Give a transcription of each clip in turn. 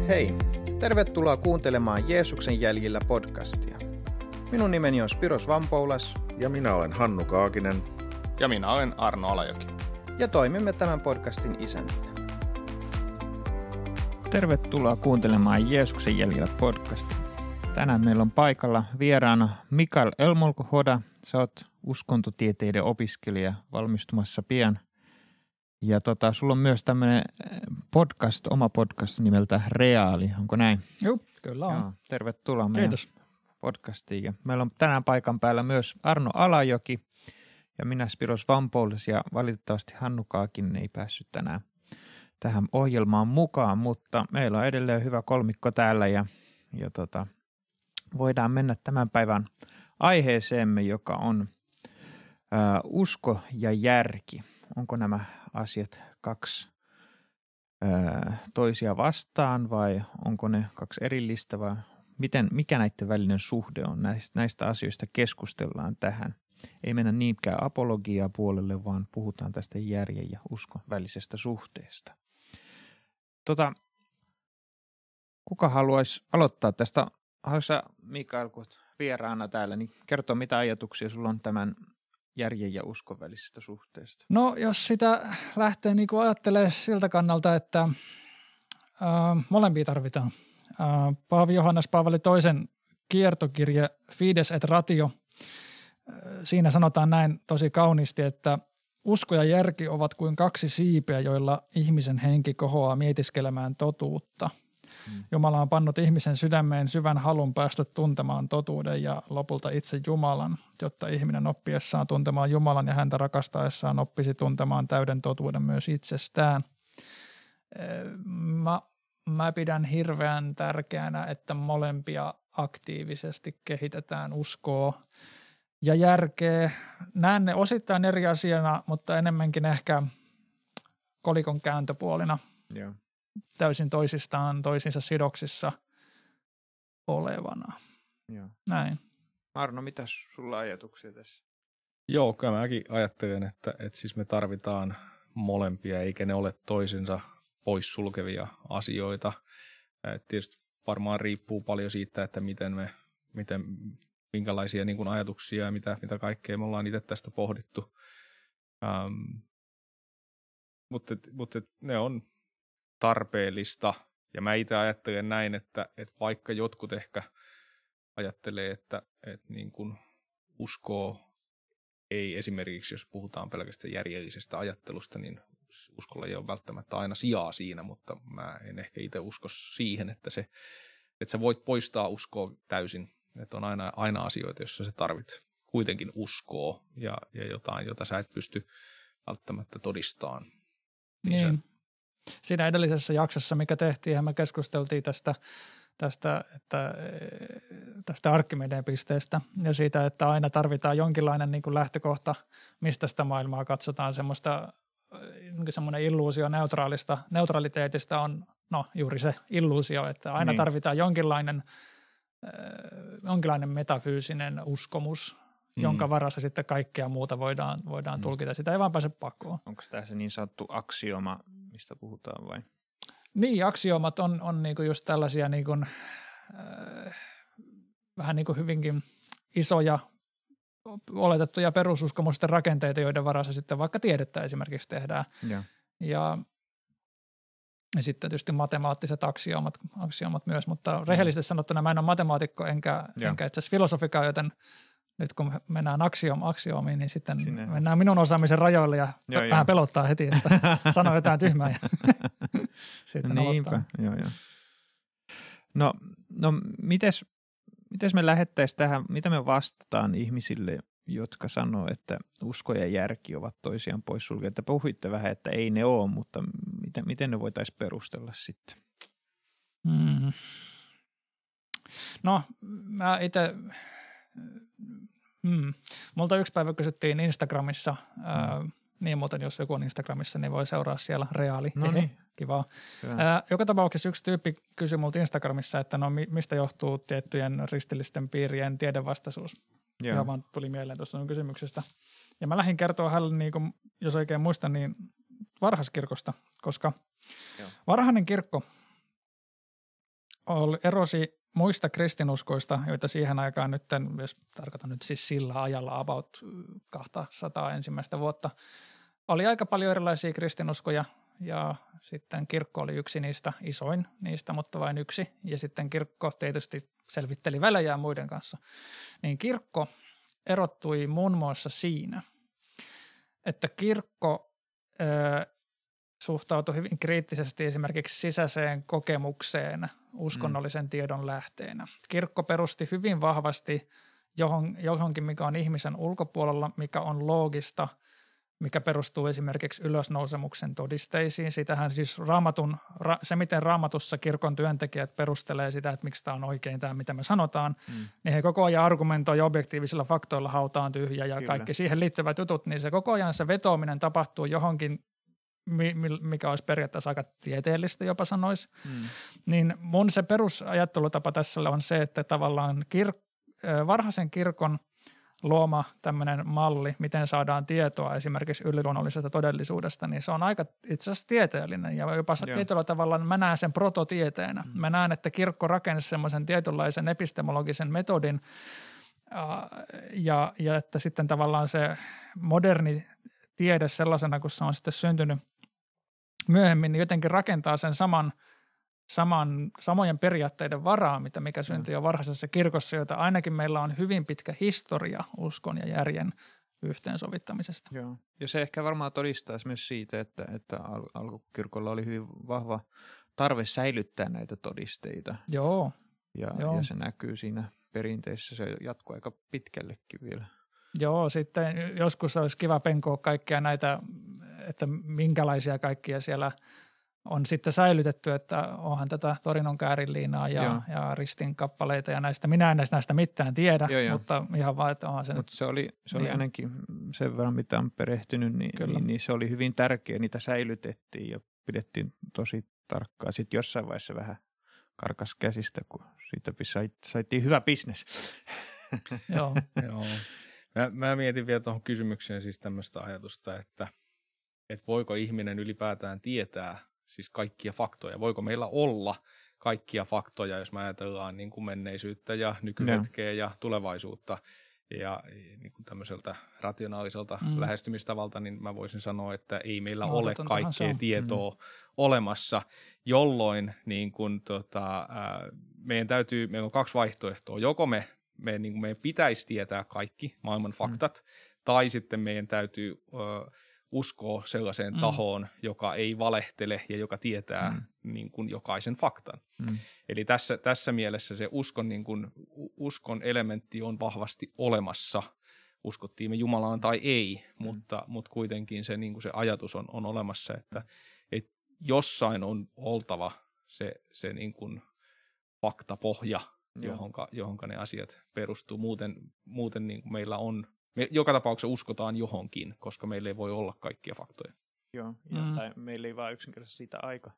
Hei, tervetuloa kuuntelemaan Jeesuksen jäljillä podcastia. Minun nimeni on Spiros Vampoulas. Ja minä olen Hannu Kaakinen. Ja minä olen Arno Alajoki. Ja toimimme tämän podcastin isäntinä. Tervetuloa kuuntelemaan Jeesuksen jäljillä podcastia. Tänään meillä on paikalla vieraana Mikael Elmolko-Hoda. Sä oot uskontotieteiden opiskelija valmistumassa pian. Ja sulla on myös tämmöinen oma podcast nimeltä Reaali, onko näin? Joo, kyllä on. Joo, tervetuloa meidän Kiitos. podcastiin. Ja meillä on tänään paikan päällä myös Arno Alajoki ja minä Spiros Vampoulas, ja valitettavasti Hannu Kaakinen ei päässyt tänään tähän ohjelmaan mukaan, mutta meillä on edelleen hyvä kolmikko täällä ja voidaan mennä tämän päivän aiheeseemme, joka on usko ja järki. Onko nämä asiat kaksi toisia vastaan vai onko ne kaksi erillistä vai mikä näiden välinen suhde on? Näistä asioista keskustellaan tähän. Ei mennä niinkään apologiaa puolelle, vaan puhutaan tästä järjen ja uskon välisestä suhteesta. Kuka haluaisi aloittaa tästä? Haluaisitko Mikael, kun olet vieraana täällä, niin kertoa mitä ajatuksia sulla on tämän järjen ja uskon välisestä suhteesta? No jos sitä lähtee niin kuin ajattelemaan siltä kannalta, että molempia tarvitaan. Paavi Johannes Paavali toisen kiertokirje Fides et Ratio. Siinä sanotaan näin tosi kauniisti, että usko ja järki ovat kuin kaksi siipeä, joilla ihmisen henki kohoaa mietiskelemään totuutta. Jumala on pannut ihmisen sydämeen syvän halun päästä tuntemaan totuuden ja lopulta itse Jumalan, jotta ihminen oppiessaan tuntemaan Jumalan ja häntä rakastaessaan oppisi tuntemaan täyden totuuden myös itsestään. Mä pidän hirveän tärkeänä, että molempia aktiivisesti kehitetään uskoa ja järkeä. Näen ne osittain eri asiana, mutta enemmänkin ehkä kolikon kääntöpuolina. Joo. Täysin toisiinsa sidoksissa olevana. Joo. Näin. Arno, mitäs sulla ajatuksia tässä? Joo, kyllä mäkin ajattelen, että siis me tarvitaan molempia, eikä ne ole toisensa poissulkevia asioita. Tietysti varmaan riippuu paljon siitä, että minkälaisia niin kuin ajatuksia ja mitä kaikkea me ollaan itse tästä pohdittu. Mutta ne on tarpeellista, ja mä itse ajattelen näin, että vaikka jotkut ehkä ajattelee, että niin kuin uskoo ei esimerkiksi, jos puhutaan pelkästään järjellisestä ajattelusta, niin uskolla ei ole välttämättä aina sijaa siinä, mutta mä en ehkä itse usko siihen, että sä voit poistaa uskoa täysin, että on aina asioita, joissa sä tarvit kuitenkin uskoa ja jotain, jota sä et pysty välttämättä todistamaan. Niin. Siinä edellisessä jaksossa, mikä tehtiin, me keskusteltiin tästä Arkkimedeen pisteestä ja siitä, että aina tarvitaan jonkinlainen niin kuin lähtökohta, mistä sitä maailmaa katsotaan. Semmoinen illuusio neutraliteetista on juuri se illuusio, että aina tarvitaan jonkinlainen metafyysinen uskomus, jonka varassa sitten kaikkea muuta voidaan tulkita. Sitä ei vaan pääse pakoon. Onko tämä se niin sanottu aksioma, mistä puhutaan vai? Niin, aksiomat on niinku just tällaisia niinku, vähän niinku hyvinkin isoja oletettuja perususkomusten rakenteita, joiden varassa sitten vaikka tiedettä esimerkiksi tehdään. Ja sitten tietysti matemaattiset aksioomat myös, mutta rehellisesti sanottuna mä en ole matemaatikko enkä itse asiassa filosofikaan, joten nyt kun mennään aksioomiin, niin sitten mennään minun osaamisen rajoille ja vähän pelottaa heti, että sanoo jotain tyhmää. Ja sitten niinpä, joo. No mites me lähettäisiin tähän, mitä me vastataan ihmisille, jotka sanoo, että usko ja järki ovat toisiaan poissulkevia? Että puhuitte vähän, että ei ne ole, mutta miten ne voitaisiin perustella sitten? No mä itse... Multa yksi päivä kysyttiin Instagramissa, niin muuten jos joku on Instagramissa, niin voi seuraa siellä Reaali. No niin. Kivaa. Joka tapauksessa yksi tyyppi kysyi multa Instagramissa, että mistä johtuu tiettyjen ristillisten piirien tiedevastaisuus. Ja vaan tuli mieleen tuossa kysymyksestä. Ja mä lähdin kertoa hänelle, niin kuin, jos oikein muistan, niin varhaiskirkosta, koska varhainen kirkko erosi muista kristinuskoista, joita siihen aikaan nyt, jos tarkoitan nyt siis sillä ajalla about 200 ensimmäistä vuotta, oli aika paljon erilaisia kristinuskoja ja sitten kirkko oli yksi niistä, isoin niistä, mutta vain yksi. Ja sitten kirkko tietysti selvitteli välejään muiden kanssa. Niin kirkko erottui muun muassa siinä, että kirkko suhtautui hyvin kriittisesti esimerkiksi sisäiseen kokemukseen uskonnollisen tiedon lähteenä. Kirkko perusti hyvin vahvasti johonkin, mikä on ihmisen ulkopuolella, mikä on loogista, mikä perustuu esimerkiksi ylösnousemuksen todisteisiin. Sitähän siis se, miten Raamatussa kirkon työntekijät perustelee sitä, että miksi tämä on oikein tämä, mitä me sanotaan, niin he koko ajan argumentoi objektiivisilla faktoilla hautaan tyhjä ja kaikki siihen liittyvät jutut, niin se koko ajan se vetoaminen tapahtuu johonkin, mikä olisi periaatteessa aika tieteellistä jopa sanoisi. Niin mun se perusajattelutapa tässä on se, että tavallaan varhaisen kirkon luoma tämmöinen malli, miten saadaan tietoa esimerkiksi yliluonnollisesta todellisuudesta, niin se on aika itse asiassa tieteellinen ja jopa tietyllä tavalla mä näen sen prototieteenä. Mä näen, että kirkko rakensi semmoisen tietynlaisen epistemologisen metodin ja että sitten tavallaan se moderni tiede sellaisena, kun se on sitten syntynyt myöhemmin, niin jotenkin rakentaa sen samojen periaatteiden varaa, mikä syntyi jo varhaisessa kirkossa, jota ainakin meillä on hyvin pitkä historia uskon ja järjen yhteensovittamisesta. Joo. Ja se ehkä varmaan todistaa myös siitä, että alkukirkolla oli hyvin vahva tarve säilyttää näitä todisteita. Joo. Ja se näkyy siinä perinteessä, se jatkuu aika pitkällekin vielä. Joo, sitten joskus olisi kiva penkoa kaikkia näitä, että minkälaisia kaikkia siellä on sitten säilytetty, että onhan tätä Torinon käärinliinaa ja ristin kappaleita ja näistä. Minä en näistä mitään tiedä, mutta ihan vaan, että onhan se nyt. Se oli ainakin sen verran, mitä on perehtynyt, niin se oli hyvin tärkeä. Niitä säilytettiin ja pidettiin tosi tarkkaa. Sitten jossain vaiheessa vähän karkas käsistä, kun siitä saitiin hyvä bisnes. Joo. Mä mietin vielä tuohon kysymykseen siis tämmöistä ajatusta, että voiko ihminen ylipäätään tietää siis kaikkia faktoja. Voiko meillä olla kaikkia faktoja, jos me ajatellaan niin kuin menneisyyttä ja nykyhetkeä ja tulevaisuutta ja niin kuin tämmöiseltä rationaaliselta lähestymistavalta, niin mä voisin sanoa, että ei meillä ole kaikkea tietoa olemassa, jolloin niin kuin, meillä on kaksi vaihtoehtoa. Joko meidän pitäisi tietää kaikki maailman faktat, tai sitten meidän täytyy uskoo sellaiseen tahoon, joka ei valehtele ja joka tietää niin kuin jokaisen faktan. Eli tässä mielessä se uskon elementti on vahvasti olemassa, uskottiin me Jumalaan tai ei, mutta kuitenkin se, niin kuin se ajatus on olemassa, että jossain on oltava se niin kuin faktapohja, johonka ne asiat perustuu. Muuten niin kuin meillä on me joka tapauksessa uskotaan johonkin, koska meillä ei voi olla kaikkia faktoja. Joo, tai meillä ei vaan yksinkertaisesti siitä aika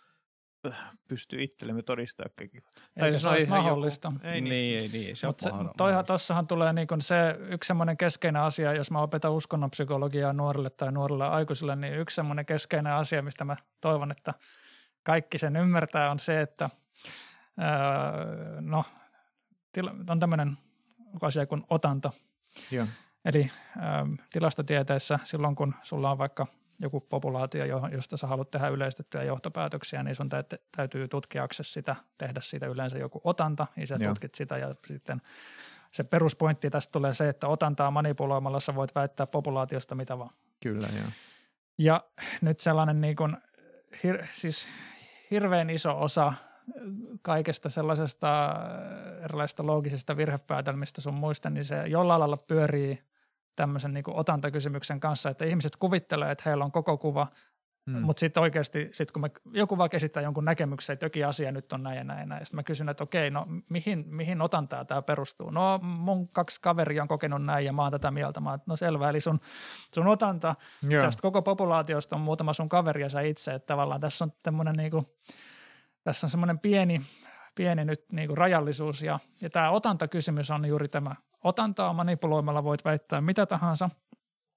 pysty itsellemme todistamaan kaikki. Eikä se olisi mahdollista. Niin, se on Tuossahan tulee niin se yksi semmoinen keskeinen asia, jos mä opetan uskonnonpsykologiaa nuorille tai nuorille aikuisille, niin yksi semmoinen keskeinen asia, mistä mä toivon, että kaikki sen ymmärtää, on se, että on tämmöinen asia kuin otanta. Joo. Eli tilastotieteessä silloin, kun sulla on vaikka joku populaatio, josta sä haluat tehdä yleistettyjä johtopäätöksiä, niin sun täytyy tutkijaksesi sitä, tehdä siitä yleensä joku otanta, niin sä tutkit sitä ja sitten se peruspointti tästä tulee se, että otantaa manipuloimalla sä voit väittää populaatiosta mitä vaan. Kyllä, joo. Ja nyt sellainen niin kuin, siis hirveän iso osa kaikesta sellaisesta erilaisista loogisista virhepäätelmistä sun muista, niin se jollain lailla pyörii tämmöisen niin kuin otantakysymyksen kanssa, että ihmiset kuvittelee, että heillä on koko kuva, mutta sitten oikeasti, kun joku vaan esittää jonkun näkemyksen, että jokin asia nyt on näin ja näin ja näin, ja sitten mä kysyn, että okei, no mihin otantaa tämä perustuu? No mun 2 kaveria on kokenut näin ja mä oon tätä mieltä. Mä oon, no selvä, eli sun otanta tästä koko populaatiosta on muutama sun kaveri ja sä itse, että tavallaan tässä on tämmöinen niinku, tässä on semmoinen pieni nyt niinku rajallisuus ja tämä otantakysymys on juuri tämä. Otantaa manipuloimalla voit väittää mitä tahansa,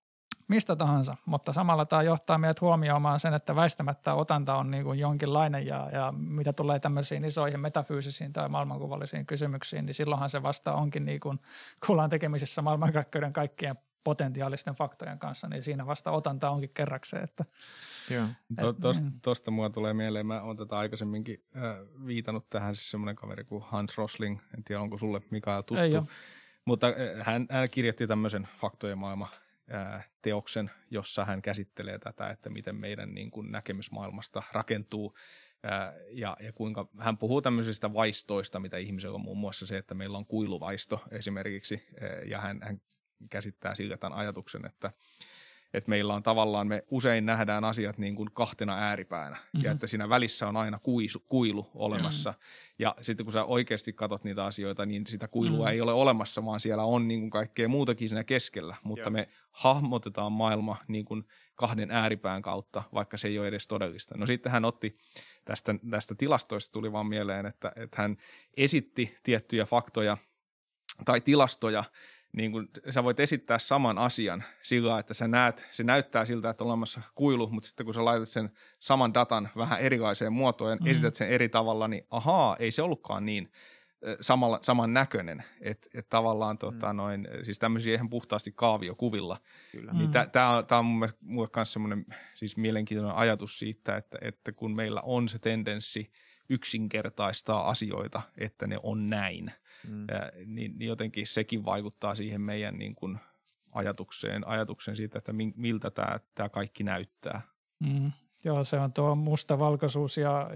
mistä tahansa, mutta samalla tämä johtaa meidät huomioimaan sen, että väistämättä otanta on niin kuin jonkinlainen ja mitä tulee tämmöisiin isoihin metafyysisiin tai maailmankuvallisiin kysymyksiin, niin silloinhan se vasta onkin niin kuin, kun ollaan tekemisissä maailmankaikkeuden kaikkien potentiaalisten faktojen kanssa, niin siinä vasta otanta onkin kerrakseen. Että, Tuosta mua tulee mieleen, mä oon tätä aikaisemminkin viitannut tähän, siis semmoinen kaveri kuin Hans Rosling, en tiedä onko sulle Mikael tuttu, mutta hän kirjoitti tämmöisen faktojen maailma teoksen, jossa hän käsittelee tätä, että miten meidän niin kuin näkemys maailmasta rakentuu ja kuinka hän puhuu tämmöisistä vaistoista, mitä ihmisellä on, muun muassa se, että meillä on kuiluvaisto esimerkiksi, ja hän käsittää sillä tämän ajatuksen, että meillä on tavallaan, me usein nähdään asiat niin kuin kahtena ääripäänä, ja että siinä välissä on aina kuilu olemassa, ja sitten kun sä oikeasti katot niitä asioita, niin sitä kuilua ei ole olemassa, vaan siellä on niin kuin kaikkea muutakin siinä keskellä, mutta me hahmotetaan maailma niin kuin kahden ääripään kautta, vaikka se ei ole edes todellista. No sitten hän otti tästä tilastoista tuli vaan mieleen, että hän esitti tiettyjä faktoja tai tilastoja, niin kun sä voit esittää saman asian sillä, että sä näet, se näyttää siltä, että on olemassa kuilu, mutta sitten kun sä laitat sen saman datan vähän erilaiseen muotoon ja esität sen eri tavalla, niin ahaa, ei se ollutkaan niin saman näköinen, että tavallaan siis tämmöisiä ihan puhtaasti kaaviokuvilla. Kyllä. Niin tämä on mulle myös semmoinen siis mielenkiintoinen ajatus siitä, että kun meillä on se tendenssi yksinkertaistaa asioita, että ne on näin, niin jotenkin sekin vaikuttaa siihen meidän niin kuin ajatukseen siitä, että miltä tämä kaikki näyttää. Joo, se on tuo mustavalkoisuus ja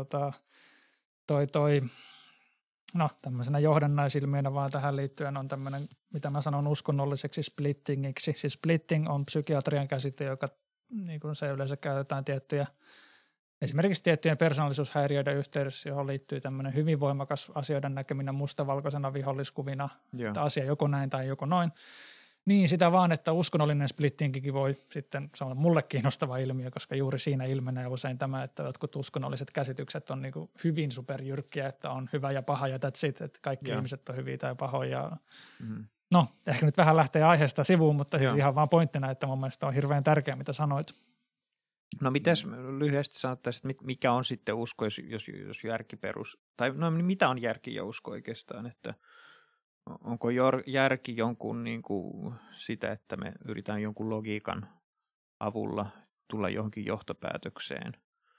no tämmöisenä johdannaisilmiönä vaan tähän liittyen on tämmöinen, mitä mä sanon uskonnolliseksi splittingiksi. Siis splitting on psykiatrian käsite, joka niin kuin se yleensä käytetään esimerkiksi tiettyjen persoonallisuushäiriöiden yhteydessä, johon liittyy tämmöinen hyvin voimakas asioiden näkeminen mustavalkoisena viholliskuvina, että asia joko näin tai joko noin. Niin sitä vaan, että uskonnollinen splittingikin voi sitten, se on mulle kiinnostava ilmiö, koska juuri siinä ilmenee usein tämä, että jotkut uskonnolliset käsitykset on niin kuin hyvin superjyrkkiä, että on hyvä ja paha ja that's it, että kaikki ihmiset on hyviä tai pahoja. No, ehkä nyt vähän lähtee aiheesta sivuun, mutta ihan vaan pointtina, että mun mielestä on hirveän tärkeää, mitä sanoit. No mitäs lyhyesti sanottaisiin, että mikä on sitten usko, jos järkiperus, tai no mitä on järki ja usko oikeastaan, että onko järki jonkun niin kuin sitä, että me yritetään jonkun logiikan avulla tulla johonkin johtopäätökseen?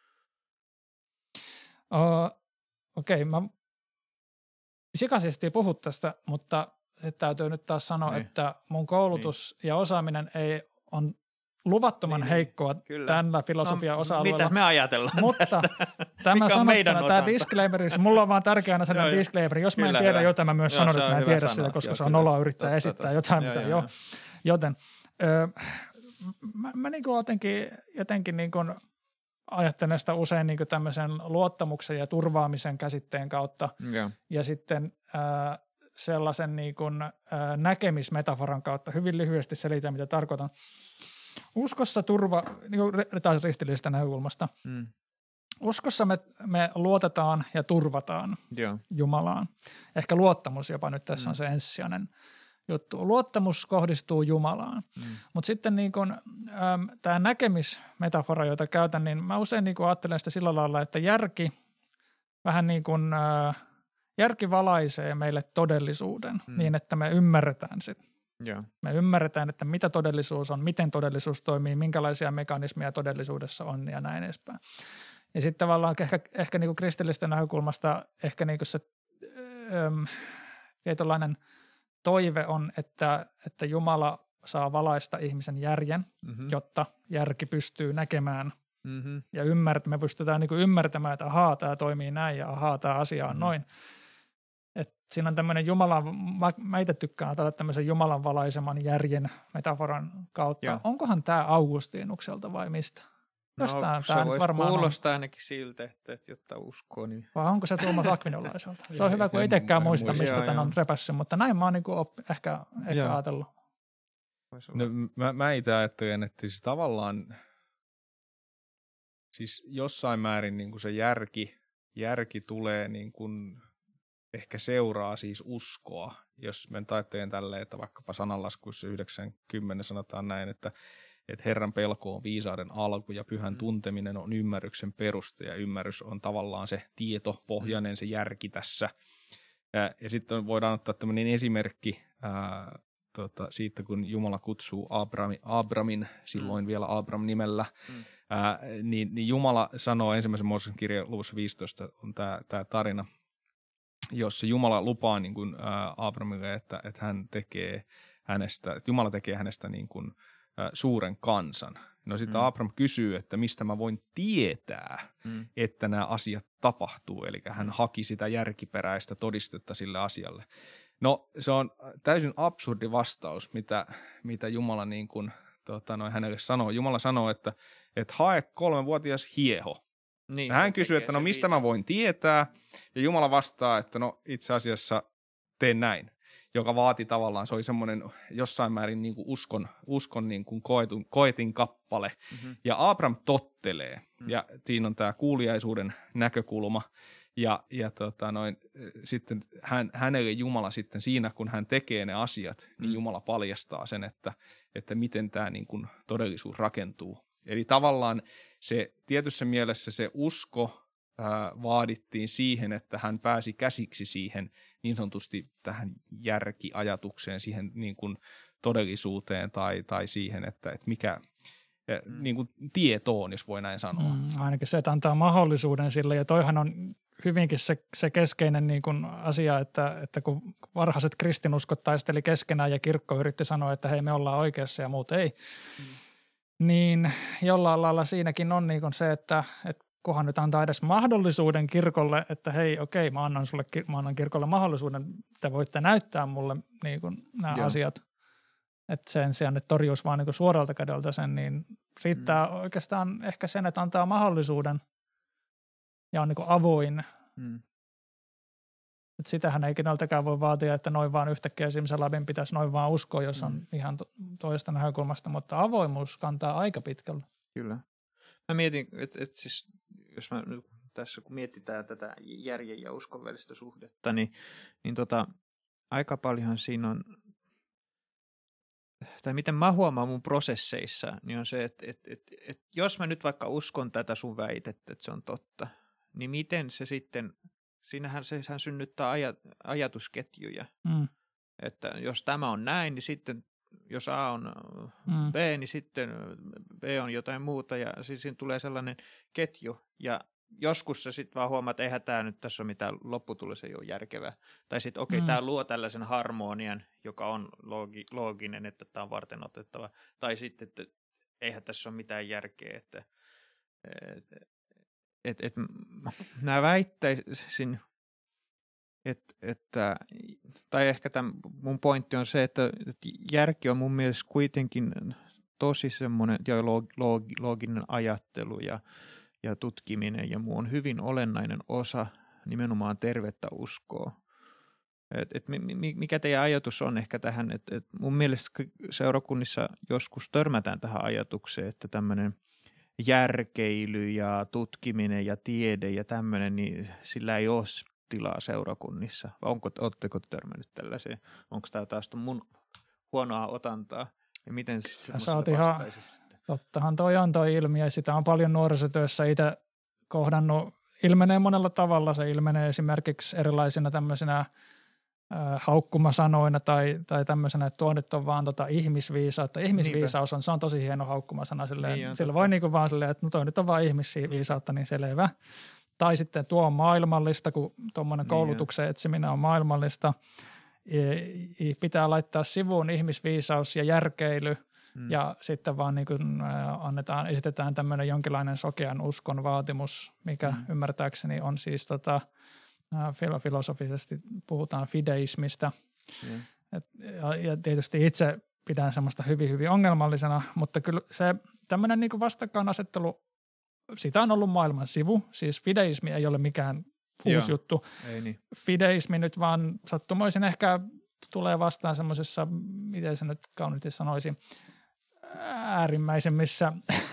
Okei, mä sikaisesti puhut tästä, mutta täytyy nyt taas sanoa, että mun koulutus ja osaaminen on luvattoman heikkoa tällä filosofian osa-alueella. Mitä me ajatellaan mutta tästä? Tämä sanottuna, tämä disclaimer, mulla on vaan tärkeänä sellainen disclaimer. Jos mä en tiedä jotain, mä myös sanon, että mä en tiedä sitä, koska se on noloa yrittää esittää jotain, mitä ei ole. Joten mä niin kuin jotenkin niin kuin ajattelen sitä usein niin kuin tämmöisen luottamuksen ja turvaamisen käsitteen kautta ja sitten sellaisen niin kuin näkemismetaforan kautta. Hyvin lyhyesti selitän, mitä tarkoitan. Uskossa taas ristillisestä näkökulmasta. Uskossa me luotetaan ja turvataan Jumalaan. Ehkä luottamus jopa nyt tässä on se ensisijainen juttu. Luottamus kohdistuu Jumalaan. Mutta sitten niin kun, tämä näkemismetafora, jota käytän, niin mä usein niin kun ajattelen sitä sillä lailla, että järki vähän niin kuin järki valaisee meille todellisuuden niin, että me ymmärretään sitä. Me ymmärretään, että mitä todellisuus on, miten todellisuus toimii, minkälaisia mekanismeja todellisuudessa on ja näin edespäin. Ja sitten tavallaan ehkä niin kuin kristillisten näkökulmasta ehkä niin kuin se tietynlainen toive on, että Jumala saa valaista ihmisen järjen, jotta järki pystyy näkemään ja me pystytään niin kuin ymmärtämään, että ahaa, tämä toimii näin ja ahaa, tämä asia on noin. Et siinä on tämmöinen mä itse tykkään tämmöisen Jumalan valaiseman järjen metaforan kautta. Onkohan tämä Augustinukselta vai mistä? Jostain se voisi kuulostaa ainakin siltä, että jotta uskoo. Niin. Vai onko se Tuomas Akvinolaiselta? Se on hyvä, kun itsekään muista, mistä tämän on repässyt, mutta näin mä oon niinku ehkä ajatellut. No, mä itse ajattelen, että siis tavallaan siis jossain määrin niin kuin se järki tulee niin kuin ehkä seuraa siis uskoa, jos me ajattelen tälleen, että vaikkapa sananlaskuissa 90 sanotaan näin, että että Herran pelko on viisauden alku ja pyhän tunteminen on ymmärryksen peruste ja ymmärrys on tavallaan se tietopohjainen, se järki tässä. Ja sitten voidaan ottaa tämmöinen esimerkki siitä, kun Jumala kutsuu Abramin, silloin vielä Abram nimellä, niin Jumala sanoo ensimmäisen Mooseksen kirjan luvussa 15 on tämä tarina, jossa Jumala lupaa niin kuin Abramille, että Jumala tekee hänestä niin kuin suuren kansan. No sitten Abram kysyy, että mistä mä voin tietää, että nämä asiat tapahtuu. Eli hän haki sitä järkiperäistä todistetta sille asialle. No se on täysin absurdi vastaus, mitä Jumala niin kuin, hänelle sanoo. Jumala sanoo, että hae 3-vuotias hieho. Niin, hän kysyy, että no mistä mä voin tietää. Ja Jumala vastaa, että no itse asiassa teen näin. Joka vaati tavallaan, se oli semmoinen jossain määrin niin kuin uskon niin kuin koetin kappale. Ja Abram tottelee, ja siinä on tämä kuuliaisuuden näkökulma, ja sitten hänelle Jumala sitten siinä, kun hän tekee ne asiat, niin Jumala paljastaa sen, että miten tämä niin kuin todellisuus rakentuu. Eli tavallaan se tietyssä mielessä se usko vaadittiin siihen, että hän pääsi käsiksi siihen niin sanotusti tähän järkiajatukseen, siihen niin kuin todellisuuteen tai siihen, että mikä niin kuin tietoon, jos voi näin sanoa. Ainakin se, että antaa mahdollisuuden sille, ja toihan on hyvinkin se keskeinen niin kuin asia, että kun varhaiset kristinuskot taisteli keskenään ja kirkko yritti sanoa, että hei me ollaan oikeassa ja muut ei, niin jollain lailla siinäkin on niin kuin se, että kunhan nyt antaa edes mahdollisuuden kirkolle, että hei okei mä annan kirkolle mahdollisuuden, te voitte näyttää mulle niin kuin nämä asiat, että sen sijaan, että torjuisi vaan niin kuin suoralta kädeltä sen, niin riittää oikeastaan ehkä sen, että antaa mahdollisuuden ja on niin kuin avoin. Että sitähän ei keneltäkään voi vaatia, että noin vaan yhtäkkiä esimerkiksi läpin pitäisi noin vaan uskoa, jos on ihan toista näkökulmasta, mutta avoimuus kantaa aika pitkälle. Kyllä. Mä mietin, että siis, jos mä nyt tässä kun mietitään tätä järjen ja uskon välistä suhdetta, niin aika paljonhan siinä on, tai miten mä huomaan mun prosesseissa, niin on se, että jos mä nyt vaikka uskon tätä sun väitettä, että se on totta, niin miten se sitten, sehän synnyttää ajatusketjuja. Että jos tämä on näin, niin sitten jos A on B, niin sitten B on jotain muuta ja siis siinä tulee sellainen ketju ja joskus sä sitten vaan huomaat, että eihän tämä nyt tässä ole mitään lopputulos, ei ole järkevää. Tai sitten tämä luo tällaisen harmonian, joka on looginen, että tämä on varten otettava. Tai sitten, että eihän tässä ole mitään järkeä, että nämä väittäisin, tai ehkä tämä mun pointti on se, että järki on mun mielestä kuitenkin tosi semmoinen ja looginen ajattelu ja tutkiminen ja muu on hyvin olennainen osa nimenomaan tervettä uskoa. Mikä teidän ajatus on ehkä tähän, että mun mielestä seurakunnissa joskus törmätään tähän ajatukseen, että tämmöinen järkeily ja tutkiminen ja tiede ja tämmöinen, niin sillä ei ole tilaa seurakunnissa. Vai ootteko törmännyt tällaiseen? Onko tämä taas mun huonoa otantaa? Ja miten semmoiselle vastaisi? Tottahan toi on toi ilmiö. Sitä on paljon nuorisotyössä itse kohdannut. Ilmenee monella tavalla. Se ilmenee esimerkiksi erilaisina tämmöisinä haukkumasanoina tai tämmöisenä, että tuo nyt on vaan ihmisviisautta. Ihmisviisaus se on tosi hieno haukkumasana. Sillä voi niinku vaan silleen, että no toi nyt on vaan ihmisviisautta, niin selvä. Tai sitten tuo on maailmallista, kun tuommoinen koulutuksen etsiminen on maailmallista. Pitää laittaa sivuun ihmisviisaus ja järkeily ja sitten vaan niin kuin esitetään tämmöinen jonkinlainen sokean uskon vaatimus, mikä ymmärtääkseni on siis filosofisesti puhutaan fideismistä. Ja tietysti itse pidän semmoista hyvin, hyvin ongelmallisena, mutta kyllä se tämmöinen niin kuin vastakkainasettelu, sitä on ollut maailman sivu, siis fideismi ei ole mikään uusi juttu. Ei niin. Fideismi nyt vaan sattumoisin ehkä tulee vastaan semmoisessa, miten se nyt kauniisti sanoisi, äärimmäisemmissä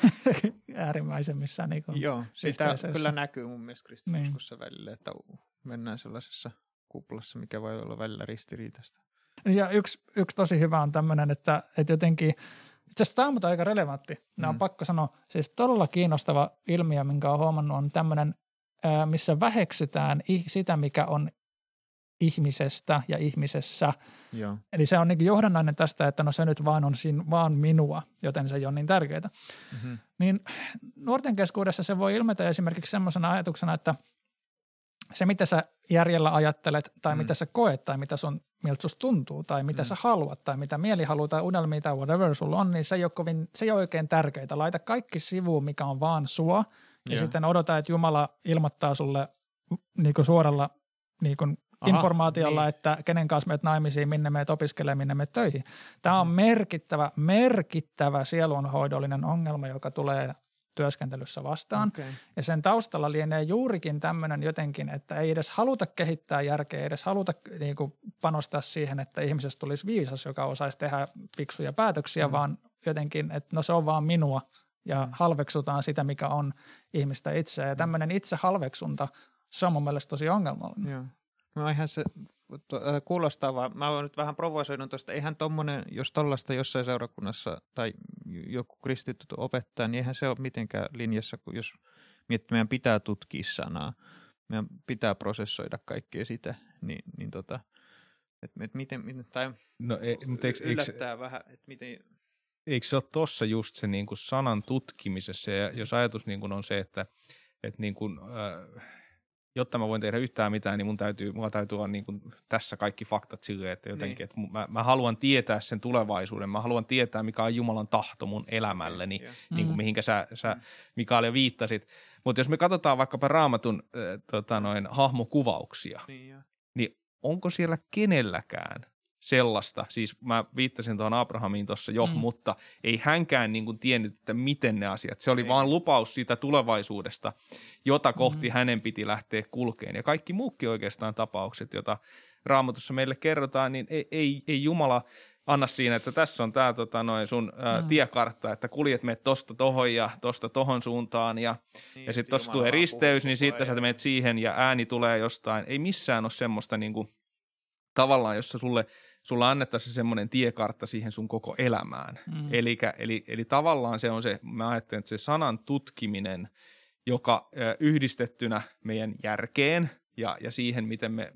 niin kuin joo, sitä kyllä näkyy mun mielestä kristinuskossa välillä, että mennään sellaisessa kuplassa, mikä voi olla välillä ristiriitaista. Ja yksi tosi hyvä on tämmöinen, että jotenkin Itse asiassa tämä on mutta aika relevantti. Nämä on pakko sanoa. Siis todella kiinnostava ilmiö, minkä olen huomannut, on tämmöinen, missä väheksytään sitä, mikä on ihmisestä ja ihmisessä. Joo. Eli se on niin johdannainen tästä, että no se nyt vaan on siinä vaan minua, joten se ei ole niin tärkeää. Mm-hmm. Niin nuorten keskuudessa se voi ilmetä esimerkiksi semmoisena ajatuksena, että se mitä sä järjellä ajattelet tai mitä sä koet tai mitä miltä susta tuntuu tai mitä sä haluat tai mitä mieli haluaa tai unelmia tai whatever sulla on, niin se ei ole oikein tärkeää. Laita kaikki sivuun, mikä on vaan sua ja sitten odota, että Jumala ilmoittaa sulle niin kuin suoralla niin kuin informaatiolla, niin. Että kenen kanssa menet naimisiin, minne menet opiskelemaan, minne menet töihin. Tämä on merkittävä sielunhoidollinen ongelma, joka tulee työskentelyssä vastaan. Okay. Ja sen taustalla lienee juurikin tämmöinen jotenkin, että ei edes haluta kehittää järkeä, ei edes haluta niin kuin panostaa siihen, että ihmisestä tulisi viisas, joka osaisi tehdä fiksuja päätöksiä, vaan jotenkin, että no se on vaan minua ja halveksutaan sitä, mikä on ihmistä itseä. Ja tämmöinen itsehalveksunta, se on mun mielestä tosi ongelmallinen. Joo. No eihän se kuulostaa vaan, mä oon nyt vähän provosoinut tuosta, eihän tommonen, jos tollaista jossain seurakunnassa tai joku kristitty opettaa, niin eihän se ole mitenkään linjassa, kun jos miettii, meidän pitää tutkia sanaa, meidän pitää prosessoida kaikkea sitä, että miten, tai no, yllättää vähän, että miten. Eikö se ole tuossa just se niin kuin sanan tutkimisessa, ja jos ajatus niin kuin on se, että niin kuin, jotta mä voin tehdä yhtään mitään, niin mulla täytyy olla niin kuin tässä kaikki faktat silleen, että jotenkin, että mä haluan tietää sen tulevaisuuden, mä haluan tietää, mikä on Jumalan tahto mun elämälleni, niin kuin mihinkä sä Mikael jo viittasit. Mutta jos me katsotaan vaikkapa Raamatun hahmokuvauksia, niin onko siellä kenelläkään sellaista, siis mä viittasin tuohon Abrahamiin tuossa jo, mutta ei hänkään niin kuin tiennyt, että miten ne asiat. Se oli vaan lupaus siitä tulevaisuudesta, jota kohti hänen piti lähteä kulkeen. Ja kaikki muukin oikeastaan tapaukset, joita Raamatussa meille kerrotaan, niin ei Jumala anna siinä, että tässä on tämä sun tiekartta, että kuljet menet tosta tohon ja tosta tohon suuntaan ja sitten tossa tulee risteys, niin sitten sä menet siihen ja ääni tulee jostain. Ei missään ole semmoista niin kuin, tavallaan, jossa sulla annettaisiin semmoinen tiekartta siihen sun koko elämään. Eli tavallaan se on se, mä ajattelen, että se sanan tutkiminen, joka yhdistettynä meidän järkeen ja siihen, miten me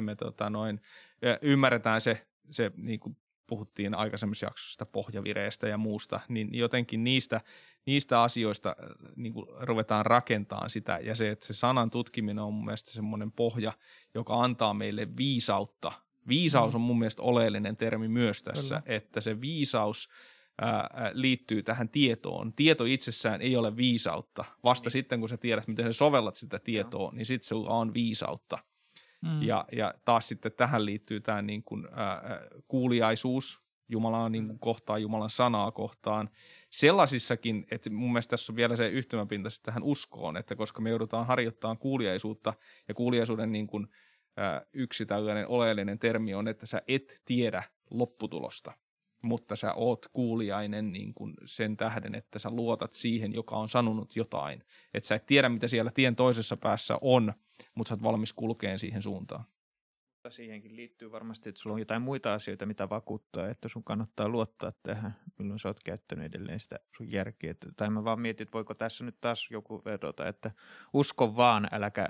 ymmärretään se niin kuin puhuttiin aikaisemmassa jaksossa pohjavireestä ja muusta, niin jotenkin niistä asioista niin kuin ruvetaan rakentamaan sitä, ja se, että se sanan tutkiminen on mun mielestä semmoinen pohja, joka antaa meille viisautta. Viisaus on mun mielestä oleellinen termi myös tässä, että se viisaus liittyy tähän tietoon. Tieto itsessään ei ole viisautta. Vasta sitten, kun sä tiedät, miten sä sovellat sitä tietoa, niin sitten sulla on viisautta. Ja taas sitten tähän liittyy tämä niin kuin, kuuliaisuus Jumalaa niin kuin kohtaan, Jumalan sanaa kohtaan. Sellaisissakin, että mun mielestä tässä on vielä se yhtymäpinta tähän uskoon, että koska me joudutaan harjoittamaan kuuliaisuutta ja kuuliaisuuden niin kuin, yksi tällainen oleellinen termi on, että sä et tiedä lopputulosta, mutta sä oot kuuliainen niin kuin sen tähden, että sä luotat siihen, joka on sanonut jotain. Että sä et tiedä, mitä siellä tien toisessa päässä on, mutta sä oot valmis kulkeen siihen suuntaan. Siihenkin liittyy varmasti, että sulla on jotain muita asioita, mitä vakuuttaa, että sun kannattaa luottaa tähän, milloin sä oot käyttänyt edelleen sitä sun järkeä. Tai mä vaan mietin, että voiko tässä nyt taas joku vedota, että usko vaan, äläkä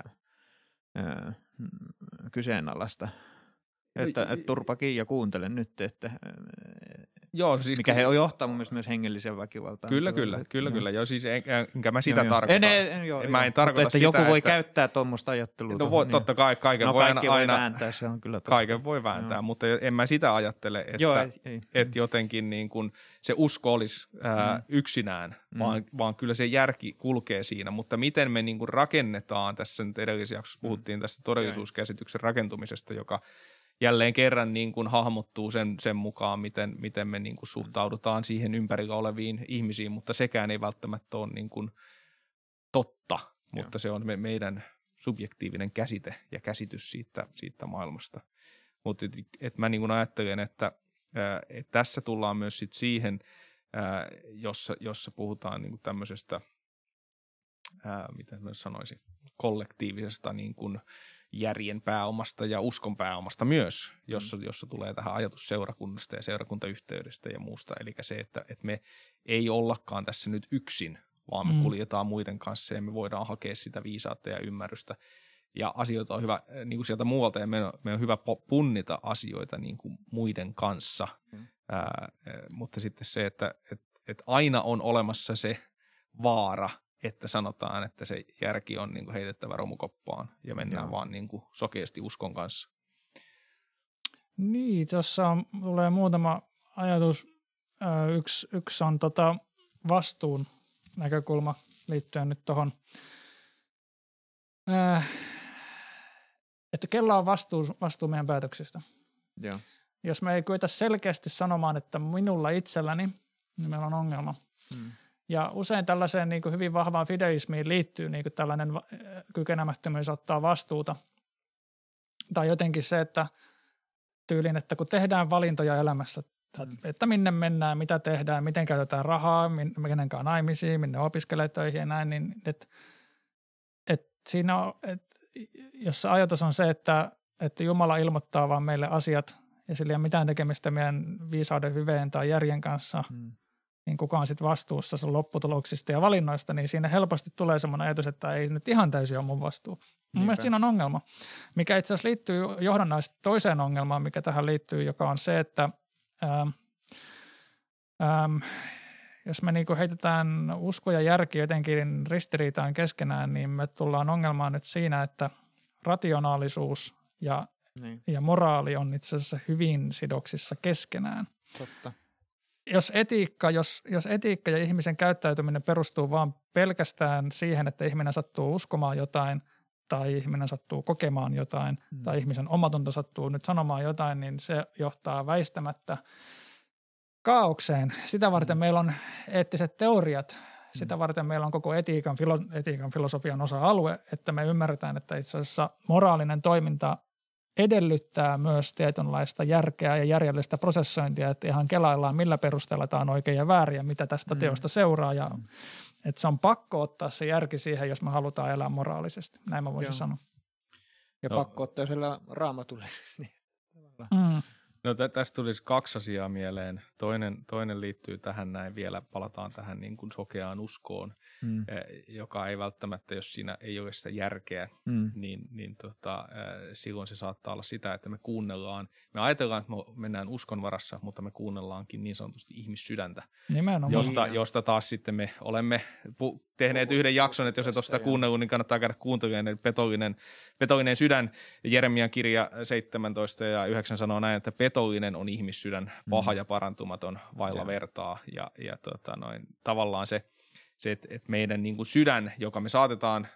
kyseenalaista. Että turpakin ja kuuntele nyt, että joo, siis mikä he johtaa mun mielestä myös hengelliseen väkivaltaan. Kyllä. Joo, siis enkä mä sitä tarkoita. Mä en tarkoita mutta sitä, joku voi käyttää tuommoista ajattelua. No totta kai, kaiken voi aina vääntää, se on kyllä totta. Kaiken voi vääntää, mutta en mä sitä ajattele, että jotenkin niin kuin se usko olisi yksinään, vaan kyllä se järki kulkee siinä. Mutta miten me niin kuin rakennetaan, tässä nyt edellisessä jaksossa puhuttiin tästä todellisuuskäsityksen rakentumisesta, joka jälleen kerran niin kuin hahmottuu sen mukaan, miten me niin kuin suhtaudutaan siihen ympärillä oleviin ihmisiin, mutta sekään ei välttämättä ole niin kuin totta, mutta se on meidän subjektiivinen käsite ja käsitys siitä maailmasta. Mutta et mä niin kuin ajattelen, että tässä tullaan myös sit siihen, jossa puhutaan niin kuin tämmöisestä miten mä sanoisin, kollektiivisesta niin kuin järjen pääomasta ja uskon pääomasta myös, jossa tulee tähän ajatus seurakunnasta ja seurakuntayhteydestä ja muusta. Eli se, että me ei ollakaan tässä nyt yksin, vaan me kuljetaan muiden kanssa ja me voidaan hakea sitä viisautta ja ymmärrystä. Ja asioita on hyvä niin kuin sieltä muualta ja meidän on hyvä punnita asioita niin kuin muiden kanssa. Mutta sitten se, että aina on olemassa se vaara, että sanotaan, että se järki on niin kuin heitettävä romukoppaan ja mennään vaan niin kuin sokeasti uskon kanssa. Niin, tuossa tulee muutama ajatus. Yksi on vastuun näkökulma liittyen nyt tuohon, että kella on vastuu meidän päätöksistä. Joo. Jos me ei kyetä selkeästi sanomaan, että minulla itselläni, niin meillä on ongelma. Ja usein tällaiseen niin kuin hyvin vahvaan fideismiin liittyy niin kuin tällainen kykenemättömyys ottaa vastuuta. Tai jotenkin se, että tyylin, että kun tehdään valintoja elämässä, että minne mennään, mitä tehdään, miten käytetään rahaa, kenenkaan naimisiin, minne opiskelee töihin ja näin, niin että siinä on, jos se ajatus on se, että Jumala ilmoittaa vaan meille asiat ja sillä ei ole mitään tekemistä meidän viisauden, hyveen tai järjen kanssa, niin kuka on sitten vastuussa sun lopputuloksista ja valinnoista, niin siinä helposti tulee semmoinen ajatus, että ei nyt ihan täysin ole mun vastuu. Mun mielestä siinä on ongelma, mikä itse asiassa liittyy johdannaisesti toiseen ongelmaan, mikä tähän liittyy, joka on se, että jos me niinku heitetään usko ja järki jotenkin ristiriitaan keskenään, niin me tullaan ongelmaan nyt siinä, että rationaalisuus ja moraali on itse asiassa hyvin sidoksissa keskenään. Totta. Jos etiikka ja ihmisen käyttäytyminen perustuu vaan pelkästään siihen, että ihminen sattuu uskomaan jotain tai ihminen sattuu kokemaan jotain tai ihmisen omatunto sattuu nyt sanomaan jotain, niin se johtaa väistämättä kaaukseen. Sitä varten meillä on eettiset teoriat, sitä varten meillä on koko etiikan filosofian osa-alue, että me ymmärretään, että itse asiassa moraalinen toiminta edellyttää myös tietynlaista järkeä ja järjellistä prosessointia, että ihan kelaillaan, millä perusteella tämä on oikein ja väärin ja mitä tästä teosta seuraa. Ja, että se on pakko ottaa se järki siihen, jos me halutaan elää moraalisesti. Näin mä voisin sanoa. Ja pakko ottaa siellä Raamatulle. No tästä tulisi kaksi asiaa mieleen. Toinen liittyy tähän näin vielä, palataan tähän niin kuin sokeaan uskoon, joka ei välttämättä, jos siinä ei ole sitä järkeä, niin silloin se saattaa olla sitä, että me ajatellaan, että me mennään uskon varassa, mutta me kuunnellaankin niin sanotusti ihmissydäntä, josta taas sitten me olemme tehneet yhden jakson, että jos et ole sitä kuunnellut, niin kannattaa käydä kuuntelemaan, petollinen sydän, Jeremian kirja 17 ja 9 sanoo näin, että petollinen on ihmissydän, paha ja parantumaton, vailla vertaa, ja tavallaan se että meidän niin kuin sydän, joka me saatetaan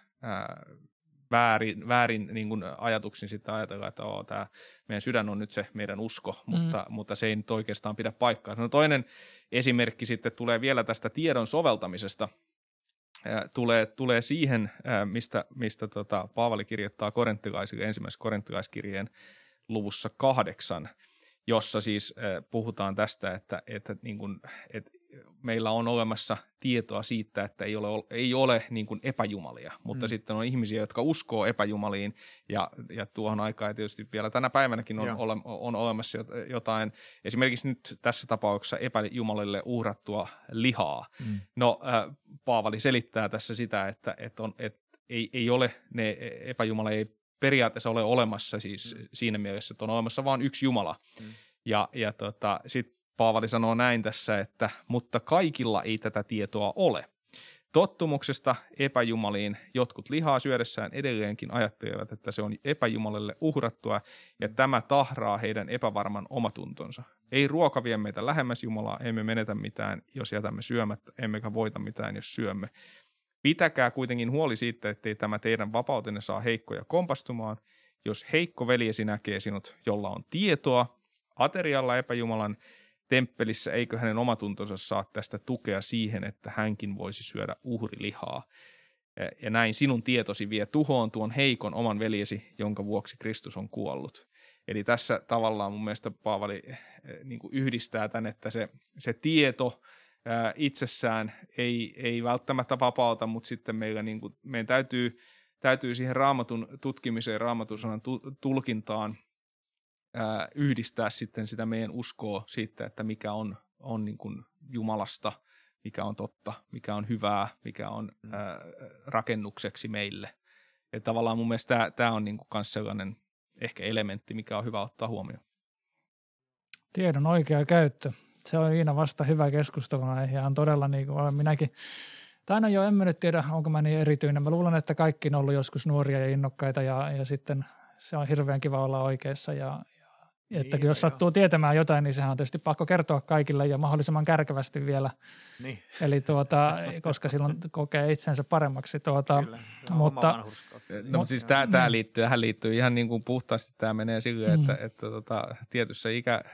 väärin niin kuin ajatuksin sitten ajatella, että tämä meidän sydän on nyt se meidän usko, mutta se ei nyt oikeastaan pidä paikkaa. No toinen esimerkki sitten tulee vielä tästä tiedon soveltamisesta, tulee siihen, mistä Paavali kirjoittaa korinttilaisille ensimmäisessä korinttilaiskirjeen luvussa 8, jossa siis puhutaan tästä, että meillä on olemassa tietoa siitä, että ei ole niin kuin epäjumalia, mutta sitten on ihmisiä, jotka uskoo epäjumaliin ja tuohon aikaan tietysti vielä tänä päivänäkin on olemassa jotain, esimerkiksi nyt tässä tapauksessa epäjumalille uhrattua lihaa. No Paavali selittää tässä sitä, että ei ole ne epäjumala ei periaatteessa ole olemassa siis siinä mielessä, että on olemassa vain yksi Jumala. Ja sitten Paavali sanoo näin tässä, että mutta kaikilla ei tätä tietoa ole. Tottumuksesta epäjumaliin jotkut lihaa syödessään edelleenkin ajattelevat, että se on epäjumalalle uhrattua ja tämä tahraa heidän epävarman omatuntonsa. Ei ruoka vie meitä lähemmäs Jumalaa, emme menetä mitään, jos jätämme syömättä, emmekä voita mitään, jos syömme. Pitäkää kuitenkin huoli siitä, ettei tämä teidän vapautenne saa heikkoja kompastumaan. Jos heikko veljesi näkee sinut, jolla on tietoa, aterialla epäjumalan temppelissä, eikö hänen omatuntonsa saa tästä tukea siihen, että hänkin voisi syödä uhrilihaa. Ja näin sinun tietosi vie tuhoon tuon heikon oman veljesi, jonka vuoksi Kristus on kuollut. Eli tässä tavallaan mun mielestä Paavali niin kuin yhdistää tämän, että se tieto itsessään ei välttämättä vapauta, mutta sitten meidän täytyy siihen Raamatun tutkimiseen, Raamatun sanan tulkintaan yhdistää sitten sitä meidän uskoa siitä, että mikä on niin kuin Jumalasta, mikä on totta, mikä on hyvää, mikä on rakennukseksi meille. Ja tavallaan mun mielestä tämä on niin kuin myös sellainen ehkä elementti, mikä on hyvä ottaa huomioon. Tiedon oikea käyttö. Se on Iina vasta hyvä keskustelu ja on todella niin kuin olen minäkin. Tai jo en nyt tiedä, onko mä niin erityinen. Mä luulen, että kaikki on ollut joskus nuoria ja innokkaita ja sitten se on hirveän kiva olla oikeassa ja että jos sattuu tietämään jotain, niin sehän on tietysti pakko kertoa kaikille ja mahdollisimman kärkevästi vielä. Niin. Eli koska silloin kokee itsensä paremmaksi. Kyllä, mutta siis tähän liittyy ihan niin kuin puhtaasti tämä menee silleen, että tietyssä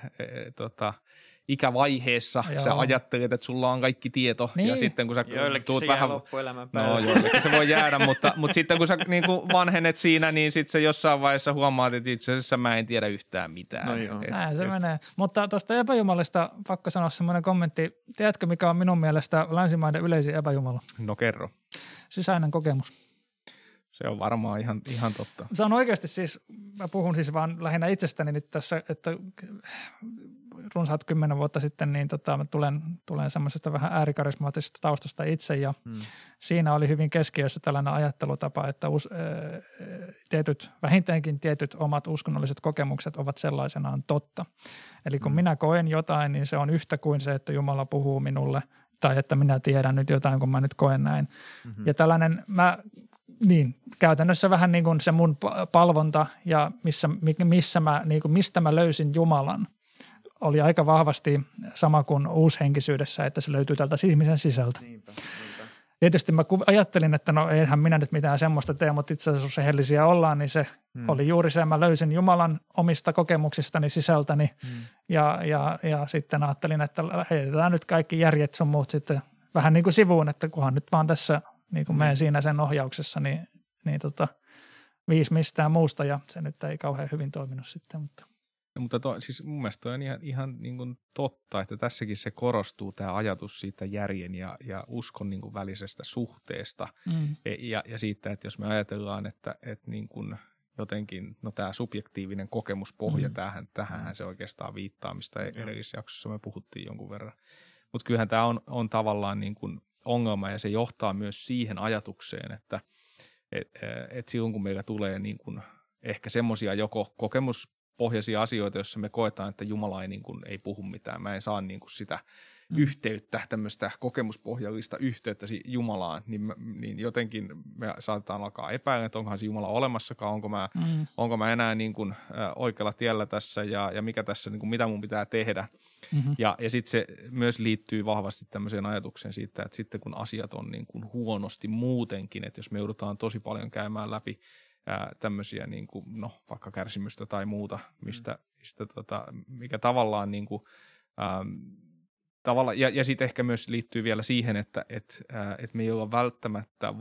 ikävaiheessa sä ajattelet, että sulla on kaikki tieto ja sitten kun sä tuut vähän loppuelämän päälle. joillekin se voi jäädä, mutta sitten kun sä niin kuin vanhenet siinä, niin sitten sä jossain vaiheessa huomaat, että itse asiassa mä en tiedä yhtään mitään. No joo. Näin se menee. Mutta tuosta epäjumalista pakko sanoa semmoinen kommentti. Tiedätkö, mikä on minun mielestä länsimaiden yleisin epäjumala? No kerro. Sisäinen kokemus. Se on varmaan ihan totta. Se on oikeasti siis, mä puhun siis vaan lähinnä itsestäni nyt tässä, että runsaat 10 vuotta sitten, niin mä tulen semmoisesta vähän äärikarismaattisesta taustasta itse ja siinä oli hyvin keskiössä tällainen ajattelutapa, että vähintäänkin tietyt omat uskonnolliset kokemukset ovat sellaisenaan totta. Eli kun minä koen jotain, niin se on yhtä kuin se, että Jumala puhuu minulle tai että minä tiedän nyt jotain, kun mä nyt koen näin. Ja tällainen käytännössä vähän niin kuin se mun palvonta ja mistä mä löysin Jumalan oli aika vahvasti sama kuin uushenkisyydessä, että se löytyy tältä ihmisen sisältä. Niinpä. Tietysti mä ajattelin, että no eihän minä nyt mitään semmoista tee, mutta itse asiassa jos rehellisiä ollaan, niin se oli juuri se, mä löysin Jumalan omista kokemuksistani sisältäni ja sitten ajattelin, että heitetään nyt kaikki järjet sun muut sitten vähän niin kuin sivuun, että kunhan nyt vaan tässä niin kuin menen siinä sen ohjauksessa, niin viisi mistään muusta ja se nyt ei kauhean hyvin toiminut sitten, mutta siis mun mielestä toi on ihan niin kuin totta, että tässäkin se korostuu tämä ajatus siitä järjen ja uskon niin kuin välisestä suhteesta ja siitä, että jos me ajatellaan, että niin kuin jotenkin tämä subjektiivinen kokemuspohja tähän se oikeastaan viittaa, mistä edellisessä jaksossa me puhuttiin jonkun verran. Mutta kyllähän tämä on tavallaan niin kuin ongelma ja se johtaa myös siihen ajatukseen, että silloin kun meillä tulee niin kuin ehkä semmoisia joko kokemuspohjaisia asioita, joissa me koetaan, että Jumala ei puhu mitään. Mä en saa niin kuin sitä yhteyttä, tämmöistä kokemuspohjallista yhteyttä Jumalaan, niin jotenkin me saatetaan alkaa epäillä, että onkohan se Jumala olemassakaan, onko mä enää niin kuin oikealla tiellä tässä ja mikä tässä, niin kuin mitä mun pitää tehdä. Ja sitten se myös liittyy vahvasti tämmöiseen ajatukseen siitä, että sitten kun asiat on niin kuin huonosti muutenkin, että jos me joudutaan tosi paljon käymään läpi tämmöisiä niin kuin, vaikka kärsimystä tai muuta, mikä tavallaan niin kuin, ja sitten ehkä myös liittyy vielä siihen, että me ei olla välttämättä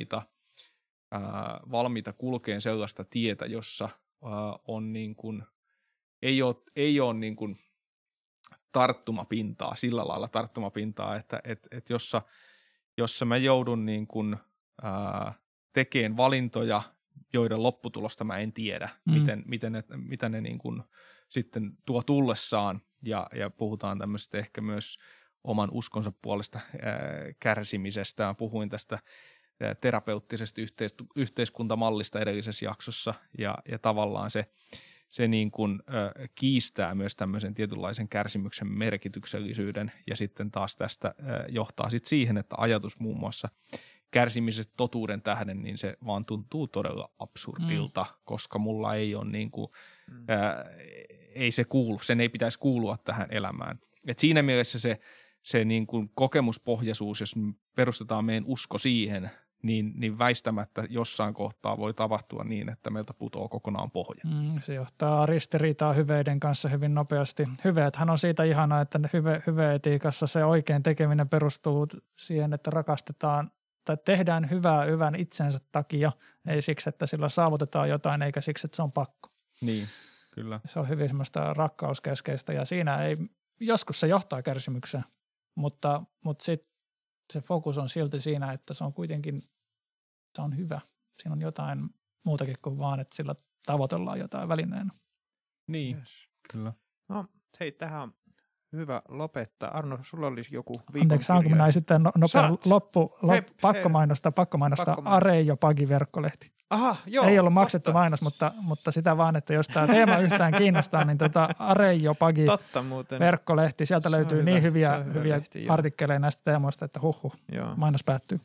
valmiita kulkeen sellaista tietä, jossa on niin kuin, ei ole niin kuin tarttumapintaa, sillä lailla tarttumapintaa, että jossa mä joudun niin kuin, tekemään valintoja, joiden lopputulosta mä en tiedä, mitä ne niin kuin sitten tuo tullessaan, ja puhutaan tämmöistä ehkä myös oman uskonsa puolesta kärsimisestä. Mä puhuin tästä terapeuttisesta yhteiskuntamallista edellisessä jaksossa, ja tavallaan se niin kuin kiistää myös tämmöisen tietynlaisen kärsimyksen merkityksellisyyden, ja sitten taas tästä johtaa sitten siihen, että ajatus muun muassa kärsimisestä totuuden tähden, niin se vaan tuntuu todella absurdilta, koska mulla ei ole niin kuin, ei se kuulu, sen ei pitäisi kuulua tähän elämään. Et siinä mielessä se niin kuin kokemuspohjaisuus, jos me perustetaan meidän usko siihen, niin väistämättä jossain kohtaa voi tapahtua niin, että meiltä putoaa kokonaan pohja. Se johtaa ristiriitaa hyveiden kanssa hyvin nopeasti. Hyveethän on siitä ihanaa, että hyveetiikassa se oikein tekeminen perustuu siihen, että rakastetaan tai tehdään hyvää hyvän itsensä takia, ei siksi, että sillä saavutetaan jotain, eikä siksi, että se on pakko. Niin, kyllä. Se on hyvin semmoista rakkauskeskeistä ja siinä joskus se johtaa kärsimykseen. mutta sitten se fokus on silti siinä, että se on kuitenkin, se on hyvä. Siinä on jotain muutakin kuin vaan, että sillä tavoitellaan jotain välineenä. Niin, Yes. kyllä. No hei, tähän on hyvä lopettaa. Arno, sulla olisi joku viikon Anteeksi, saanko minä sitten nopea Saat. pakko mainostaa Areijo Pagi verkkolehti. Aha, joo. Ei ollut maksettu mainos, mutta sitä vaan, että jos tämä teema yhtään kiinnostaa, niin Areijo Pagi muuten. verkkolehti, sieltä Se on löytyy hyvä, niin se hyviä on hyvä lehti, joo. artikkeleja näistä teemoista, että Joo. mainos päättyy.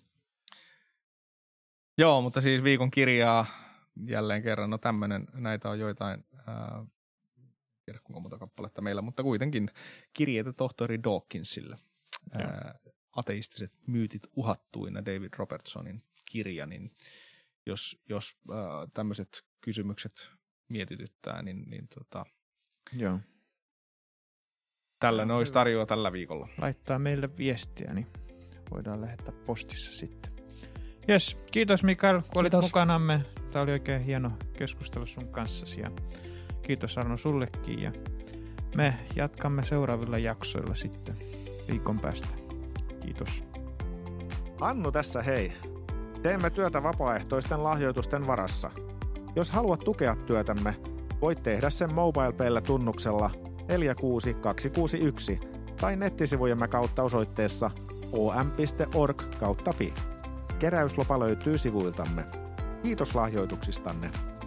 Joo, mutta siis viikon kirjaa jälleen kerran, no näitä on joitain, tiedä kuinka monta kappaletta meillä, mutta kuitenkin kirjeitä tohtori Dawkinsille. Ateistiset myytit uhattuina, David Robertsonin kirja, niin jos tämmöiset kysymykset mietityttää, niin Joo. tällainen olisi tarjoa tällä viikolla. Laittaa meille viestiä, niin voidaan lähettää postissa sitten. Jes, kiitos Mikael, kun olit mukanamme. Tämä oli oikein hieno keskustelu sun kanssasi ja kiitos Arno sullekin ja me jatkamme seuraavilla jaksoilla sitten viikon päästä. Kiitos. Annu tässä hei. Teemme työtä vapaaehtoisten lahjoitusten varassa. Jos haluat tukea työtämme, voit tehdä sen MobilePayllä tunnuksella 46261 tai nettisivujemme kautta osoitteessa om.org/fi. Keräyslopa löytyy sivuiltamme. Kiitos lahjoituksistanne.